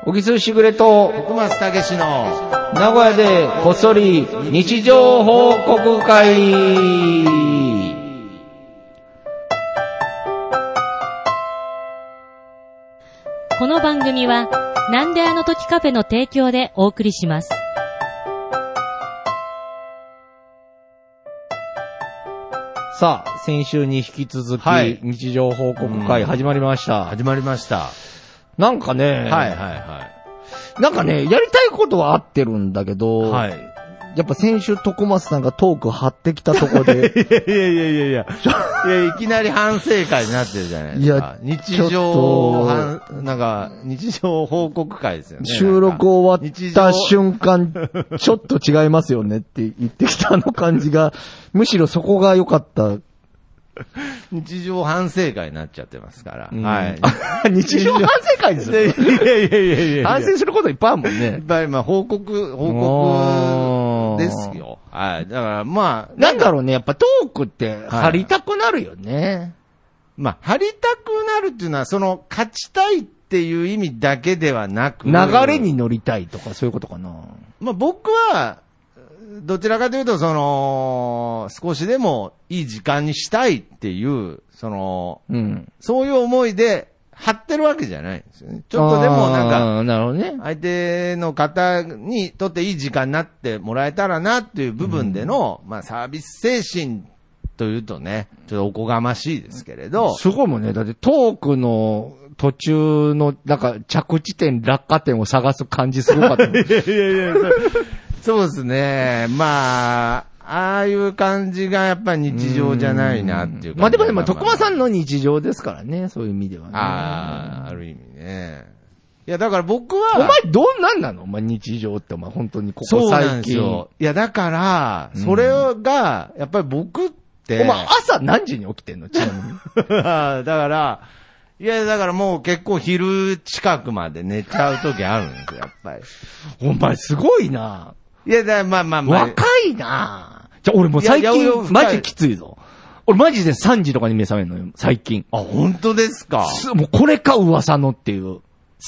小木須しぐれと徳松たけしの名古屋でこっそり日常報告会。 この番組はなんであの時カフェの提供でお送りします。 さあ、先週に引き続き、 はい、 日常報告会始まりました。 始まりました。 なんかね、 はいはいはい。 なんかね、やりたいことは合ってるんだけど、 はい。 やっぱ先週徳松さんがトーク張ってきたとこで。 いや、いきなり反省会になってるじゃないですか。日常、なんか、日常報告会ですよね。 収録終わった瞬間、ちょっと違いますよねって言ってきたあの感じが、むしろそこが良かった。 日常反省会になっちゃってますから。 はい。日常反省会ですよ。 いや。 反省することいっぱいあるもんね。 いっぱい、まあ、報告ですよ。はい。だから、まあ。 なんだろうね、やっぱトークって張りたくなるよね。 まあ、張りたくなるっていうのは、その、勝ちたいっていう意味だけではなく。 流れに乗りたいとか、そういうことかな。 まあ、僕は、どちらかというと、その、少しでもいい時間にしたいっていう、その、そういう思いで張ってるわけじゃないんですよね。ちょっとでもなんか、 なるほどね。 相手の方にとっていい時間になってもらえたらなっていう部分での、まあサービス精神というとね、ちょっとおこがましいですけれど。 すごいもんね。だってトークの途中の、なんか着地点、落下点を探す感じすごかった。 いや。そうですね。まあ、ああいう感じがやっぱり日常じゃないなっていうか。 まあでも、徳間さんの日常ですからね、そういう意味ではね。 ある意味ね。いや、だから僕は。 お前なんなのお前日常ってお前本当にここ最近。 そうなんですよ。いや、だから、それが、やっぱり僕って。 お前朝何時に起きてんのちなみに。 だから、いや、だからもう結構昼近くまで寝ちゃう時あるんですよ、やっぱり。 お前すごいな。 いや、まあ。 若いな。じゃあ俺もう最近、マジきついぞ。俺マジで3時とかに目覚めるのよ、最近。 あ、本当ですか。 もうこれか噂のっていう。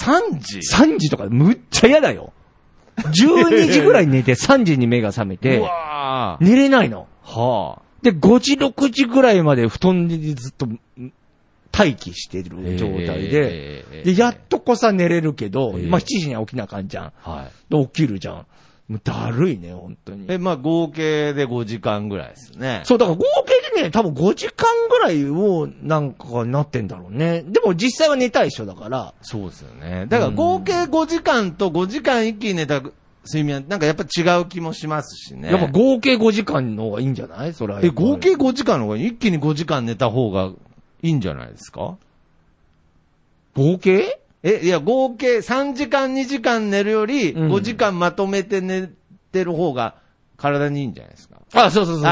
3時 ?3 時とかむっちゃ嫌だよ。12時ぐらい寝て3時に目が覚めて、寝れないの。 はあ。 で、5時、6時ぐらいまで布団でずっと待機してる状態で、で、やっとこさ寝れるけど、まあ7時には起きなあかんじゃん。 はい。 で、起きるじゃん。もうだるいね、本当に。 まあ合計で5時間ぐらいですね。 そう、だから合計でね、多分5時間ぐらいをなんかなってんだろうね。でも実際は寝たい人だから。 そうですよね。だから合計5時間と5時間一気に寝た睡眠はなんかやっぱ違う気もしますしね。 やっぱ合計5時間の方がいいんじゃないそれは。 合計5時間の方が一気に5時間寝た方がいいんじゃないですか合計いや、合計3時間2時間寝るより5時間まとめて寝てる方が体にいいんじゃないですか。 あ、そう。そう。 はい。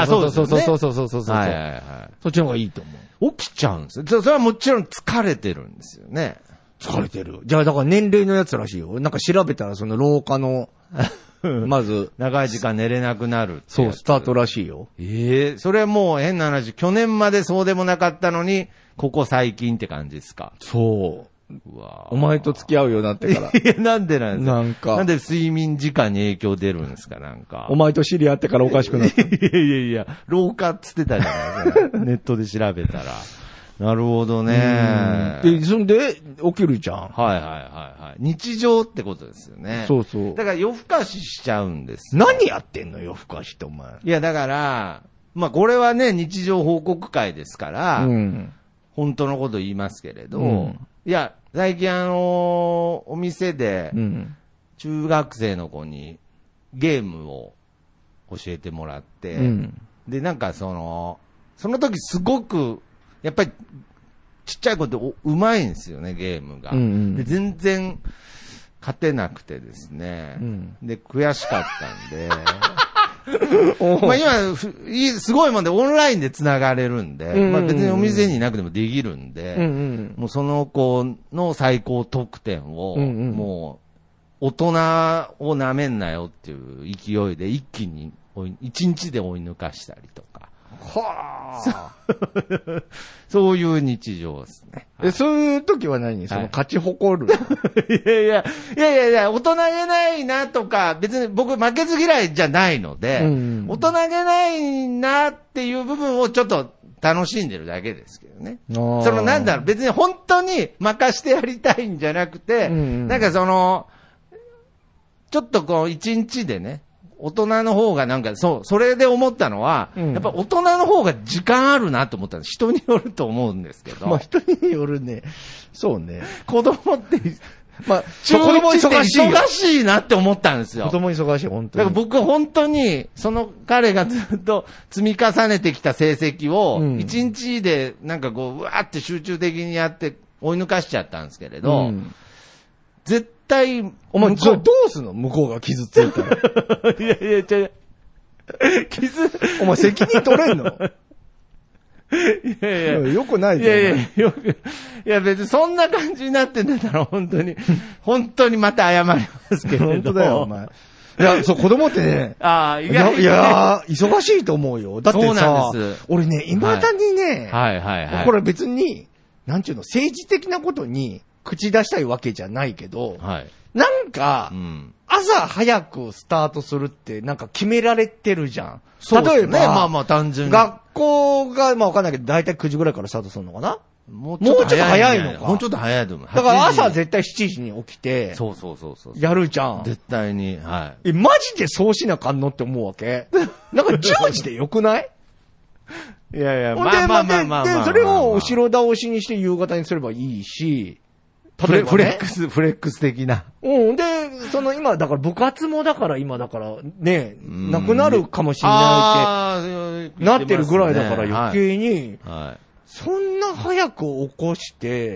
そっちの方がいいと思う。起きちゃうんですよ。それはもちろん疲れてるんですよね。 疲れてる。じゃあだから年齢のやつらしいよ。なんか調べたらその老化の、まず。 長い時間寝れなくなる。 そう、スタートらしいよ。 それはもう変な話、去年までそうでもなかったのに、ここ最近って感じですか。 そう。お前と付き合うようになってから。 いや、なんでなんですか。 なんか。 なんで睡眠時間に影響出るんですか、なんか。 お前と知り合ってからおかしくなった。 いや、老化っつってたじゃないですか。ネットで調べたら。なるほどね。 で、そんで、起きるじゃん。 はい。日常ってことですよね。 そう。 だから夜更かししちゃうんです。 何やってんの夜更かしってお前。 いや、だから、まあこれはね、日常報告会ですから、本当のこと言いますけれど、いや、最近お店で、中学生の子にゲームを教えてもらって、で、なんかその時すごく、やっぱり、ちっちゃい子ってうまいんですよね、ゲームが。で、全然勝てなくてですね。で、悔しかったんで、まあ今、すごいもんでオンラインで繋がれるんで、まあ別にお店にいなくてもできるんで、もうその子の最高得点を、もう大人を舐めんなよっていう勢いで一気に、一日で追い抜かしたりとか。 はぁ。そういう日常ですね。 そういう時は何その勝ち誇るいや、大人げないなとか、別に僕負けず嫌いじゃないので、大人げないなっていう部分をちょっと楽しんでるだけですけどね。そのなんだろう、別に本当に任してやりたいんじゃなくて、なんかその、ちょっとこう一日でね、大人の方がなんか、それで思ったのは、やっぱ大人の方が時間あるなと思ったんです。人によると思うんですけど。 まあ人によるね。そうね。 子供って、 まあ、 子供忙しいなって思ったんですよ。 子供忙しい、本当に。 だから僕は本当に、その彼がずっと積み重ねてきた成績を、一日でなんかこう、うわーって集中的にやって追い抜かしちゃったんですけれど、絶対、 お前、どうすんの向こうが傷ついたら。 いや、 お前責任取れんのいや、 よくないじゃん。 いや、別にそんな感じになってんだろ、本当にまた謝りますけれど。 本当だよ、お前。いや、そう、子供ってね。いや、忙しいと思うよ。だってさ、そうなんです。俺ね、未だにね、これ別に、なんちゅうの、政治的なことに口出したいわけじゃないけど、なんか、朝早くスタートするってなんか決められてるじゃん。例えば、 まあ単純に。 学校が、まあわかんないけど、だいたい9時ぐらいからスタートするのかなもうちょっと早いのか。 もうちょっと早いと思う。 だから朝絶対7時に起きて、 そう。 やるじゃん。 絶対に、はい。 マジでそうしなあかんのって思うわけ。なんか10時でよくないいや、 まあ。で、それを後ろ倒しにして夕方にすればいいし、 フレックス的な。 で、今、だから部活もだから今だからね、なくなるかもしれないって、なってるぐらいだから余計に、そんな早く起こして、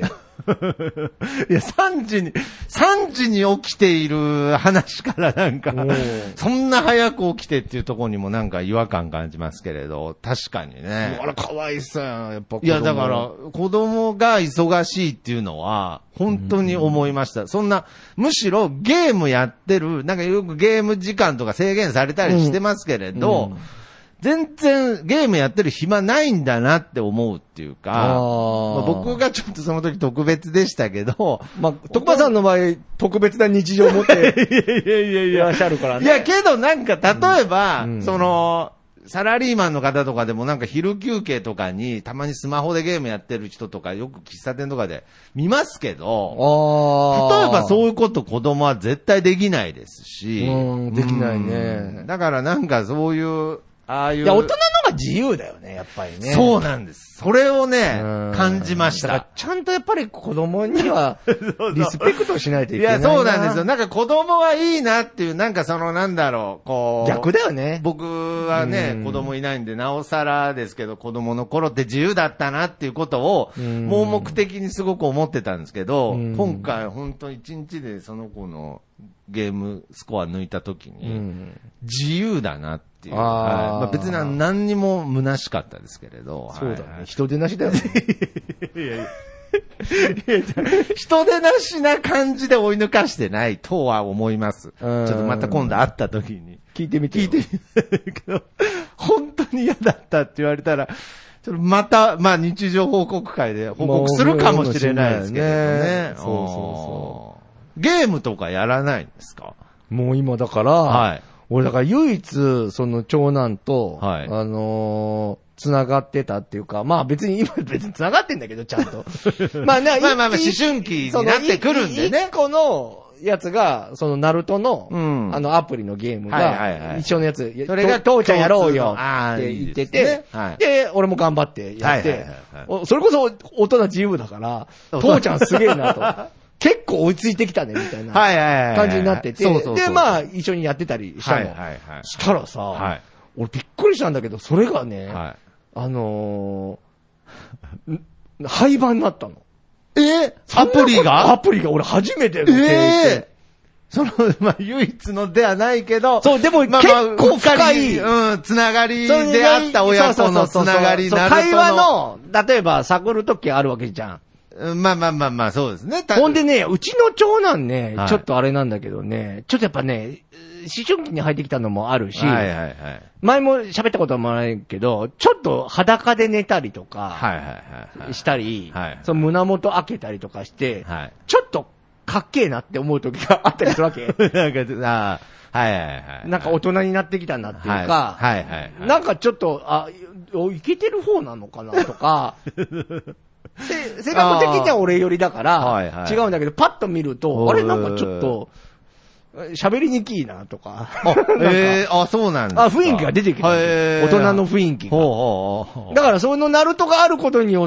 いや、3時に起きている話からなんか、そんな早く起きてっていうところにもなんか違和感感じますけれど、確かにね。 あら、かわいそうやん、やっぱ。 いや、だから、子供が忙しいっていうのは、本当に思いました。そんな、むしろゲームやってる、なんかよくゲーム時間とか制限されたりしてますけれど、全然ゲームやってる暇ないんだなって思うっていうか、僕がちょっとその時特別でしたけど、 徳間さんの場合、特別な日常を持っていらっしゃるからね。 いや、けどなんか例えば、サラリーマンの方とかでもなんか昼休憩とかにたまにスマホでゲームやってる人とかよく喫茶店とかで見ますけど、例えばそういうこと子供は絶対できないですし、 できないね。 だからなんかそういう、 いや、大人の方が自由だよね、やっぱりね。 そうなんです。それをね、感じました。だからちゃんとやっぱり子供には、リスペクトしないといけないな。 いや、そうなんですよ。なんか子供はいいなっていう、なんかなんだろう、こう。 逆だよね。 僕はね、子供いないんで、なおさらですけど、子供の頃って自由だったなっていうことを、盲目的にすごく思ってたんですけど、今回本当一日でその子のゲームスコア抜いた時に、自由だなっていう。別に何にも虚しかったですけれど。 そうだね。人手なしだよね。 人手なしな感じで追い抜かしてないとは思います。ちょっとまた今度会った時に。 聞いてみてけど、本当に嫌だったって言われたら、ちょっとまた、日常報告会で報告するかもしれないですけどね。そう。ゲームとかやらないんですか？ もう今だから、俺だから唯一、長男と、繋がってたっていうか、別に繋がってんだけど、ちゃんと。 思春期になってくるんでね。 一個のやつが、ナルトの、アプリのゲームが、一緒のやつ、それが父ちゃんやろうよって言ってて、で、俺も頑張ってやって、それこそ大人自由だから、父ちゃんすげえなと。結構追いついてきたね、みたいな感じになってて、で、一緒にやってたりしたの。したらさ、俺びっくりしたんだけど、それがね、廃盤になったの。 アプリが俺初めての経験。 唯一のではないけど、 そう、でも結構深い、 つながりであった親子のつながりになると会話の、例えば探るときあるわけじゃん。 そうですね。 ほんでね、うちの長男ね、ちょっとあれなんだけどね、ちょっとやっぱね、 春期に入ってきたのもあるし、前も喋ったこともないけど、ちょっと裸で寝たりとか、したり、その胸元開けたりとかして、ちょっとかっけえなって思う時があったりするわけ。なんか大人になってきたなっていうか、なんかちょっと、いけてる方なのかなとか、性格的には俺寄りだから、違うんだけど、パッと見ると、あれなんかちょっと、喋りにくいなとか。 そうなんだ。 雰囲気が出てきた。大人の雰囲気が。だから、そのナルトがあることによって。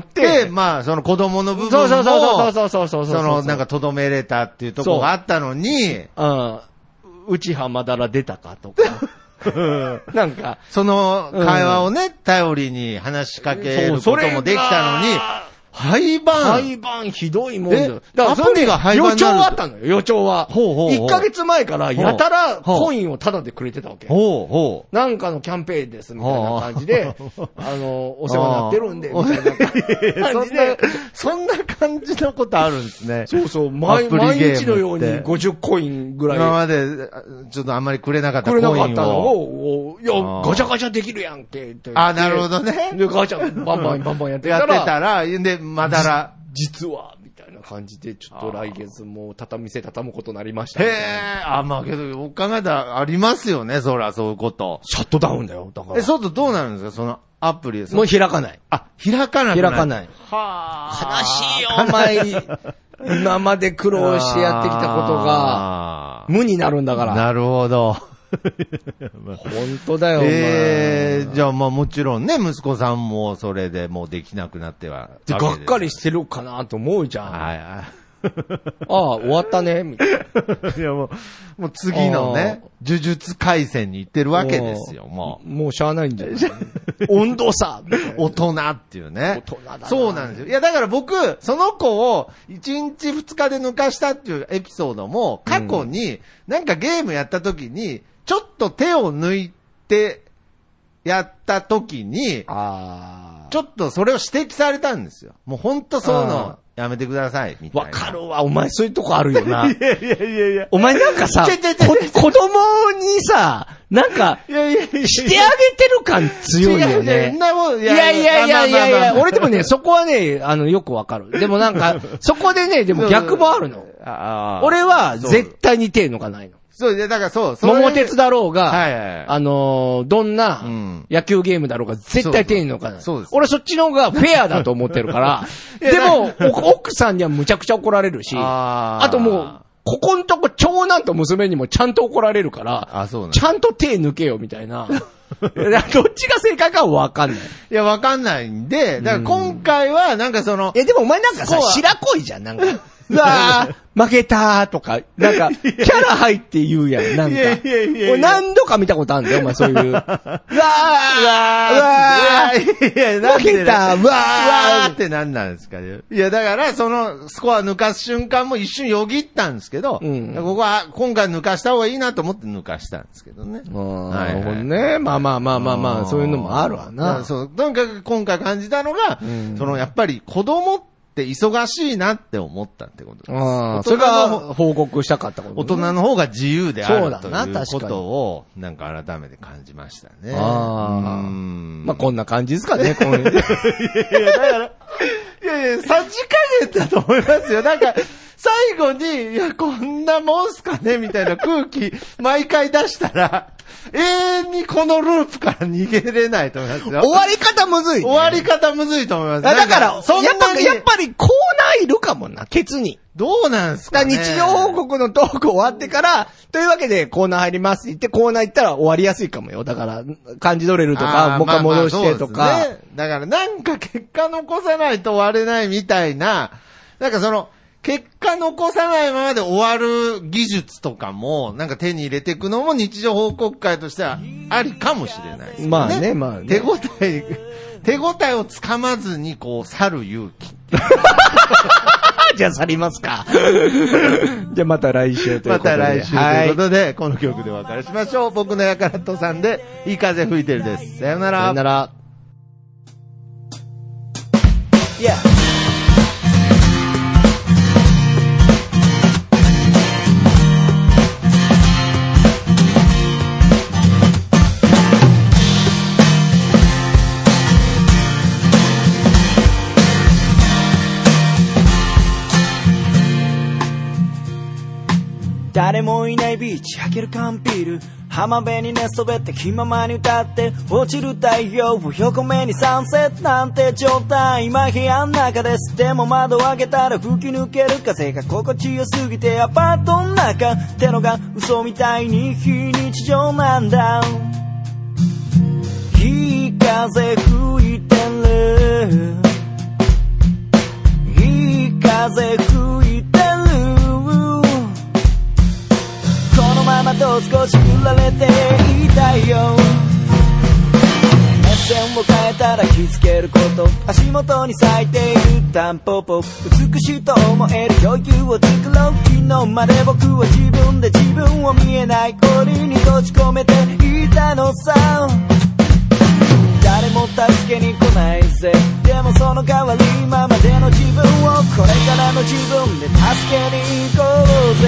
まあ、その子供の部分も。なんか留めれたっていうところがあったのに。 内浜だら出たかとか。なんか。 その会話をね、頼りに話しかけることもできたのに、廃盤ひどいもんだよ。 だからそれが予兆あったのよ、予兆は。1ヶ月前からやたらコインをタダでくれてたわけ。なんかのキャンペーンです、みたいな感じで、お世話になってるんで、みたいな感じで。 そんな感じのことあるんですね。 そう、毎日のように50コインぐらい。 今まで、ちょっとあんまりくれなかったコインを。くれなかったのを、いや、ガチャガチャできるやんけ、 なるほどね。 で、ガチャバンバンやってたら、で、まだら。 実は、みたいな感じで、ちょっと来月も店畳むことになりましたね。 まあけど、お考えたらありますよね、そら、そういうこと。 シャットダウンだよ、だから。 外どうなるんですか、そのアプリで。 もう開かない。 開かない。 悲しいよ、お前。今まで苦労してやってきたことが、無になるんだから。 なるほど。 本当だよ、 じゃあまあもちろんね、息子さんもそれでもうできなくなっては。 がっかりしてるかなと思うじゃん。終わったね、みたいな。 いやもう次のね、呪術廻戦に行ってるわけですよ、もう。 もうしゃあないんじゃない温度差大人っていうね。 大人だな。 そうなんですよ。いやだから僕、その子を1日2日で抜かしたっていうエピソードも、過去になんかゲームやった時に、ちょっと手を抜いてやった時に、ちょっとそれを指摘されたんですよ。もうほんとそういうのやめてください、みたいな。 わかるわ、お前そういうとこあるよな。 いや。 お前なんかさ、子供にさ、なんか、してあげてる感強いよね。いや、俺でもね、そこはね、よくわかる。でもなんか、そこでね、でも逆もあるの。俺は絶対に手抜かないの。 そうで、だからそう。 桃鉄だろうが、どんな野球ゲームだろうが絶対手に抜かない。そうです。俺そっちの方がフェアだと思ってるから。でも、奥さんにはむちゃくちゃ怒られるし、あともう、ここんとこ長男と娘にもちゃんと怒られるから、ちゃんと手抜けよみたいな。どっちが正解かはわかんない。 いや、わかんないんで、だから今回はなんかその、 でもお前なんかさ、白濃いじゃん、なんか。うわー、負けたーとか、なんか、キャラ入って言うやん、なんか。俺何度か見たことあるんだよ、お前そういう。うわー、負けたー、うわーってなんなんですかね。いや、だから、その、スコア抜かす瞬間も一瞬よぎったんですけど、ここは今回抜かした方がいいなと思って抜かしたんですけどね。 なるほどね。まあ、そういうのもあるわな。 そう、とにかく今回感じたのが、その、やっぱり子供って忙しいなって思ったってことです。 それが報告したかったこと、 大人の方が自由であるということを、なんか改めて感じましたね。 まあこんな感じですかね、いや、だから、 さじ加減だと思いますよ。なんか、最後に、いや、こんなもんすかねみたいな空気、毎回出したら、永遠にこのループから逃げれないと思いますよ。 終わり方むずい、ね。 終わり方むずいと思います。 だから、やっぱりコーナーいるかもな、ケツに。 どうなんすかね。 日常報告のトーク終わってから、というわけでコーナー入りますって言ってコーナー行ったら終わりやすいかもよ。だから、漢字取れるとか、もう一回戻してとか、 ね。だからなんか結果残さないと終われないみたいな、なんかその、結果残さないままで終わる技術とかも、なんか手に入れていくのも日常報告会としてはありかもしれないですね。 まあね。 手応えをつかまずにこう去る勇気。 じゃあ去りますか。じゃあまた来週ということで。 また来週ということで、この曲でお別れしましょう。僕のやからとさんで、いい風吹いてるです。さよなら。 さよなら。 誰もいないビーチ開ける缶ビール浜辺に寝そべって気ままに歌って落ちる太陽を横目にサンセットなんて状態今部屋の中ですでも窓を開けたら吹き抜ける風が心地よすぎてアパートの中ってのが嘘みたいに非日常なんだいい風吹いてるいい風吹いてるこのままと少し振られていたいよ目線を変えたら気づけること足元に咲いているタンポポ美しいと思える余裕を作ろう昨日まで僕は自分で自分を見えない氷に閉じ込めていたのさ誰も助けに来ないぜでもその代わり今までの自分をこれからの自分で助けに行こうぜ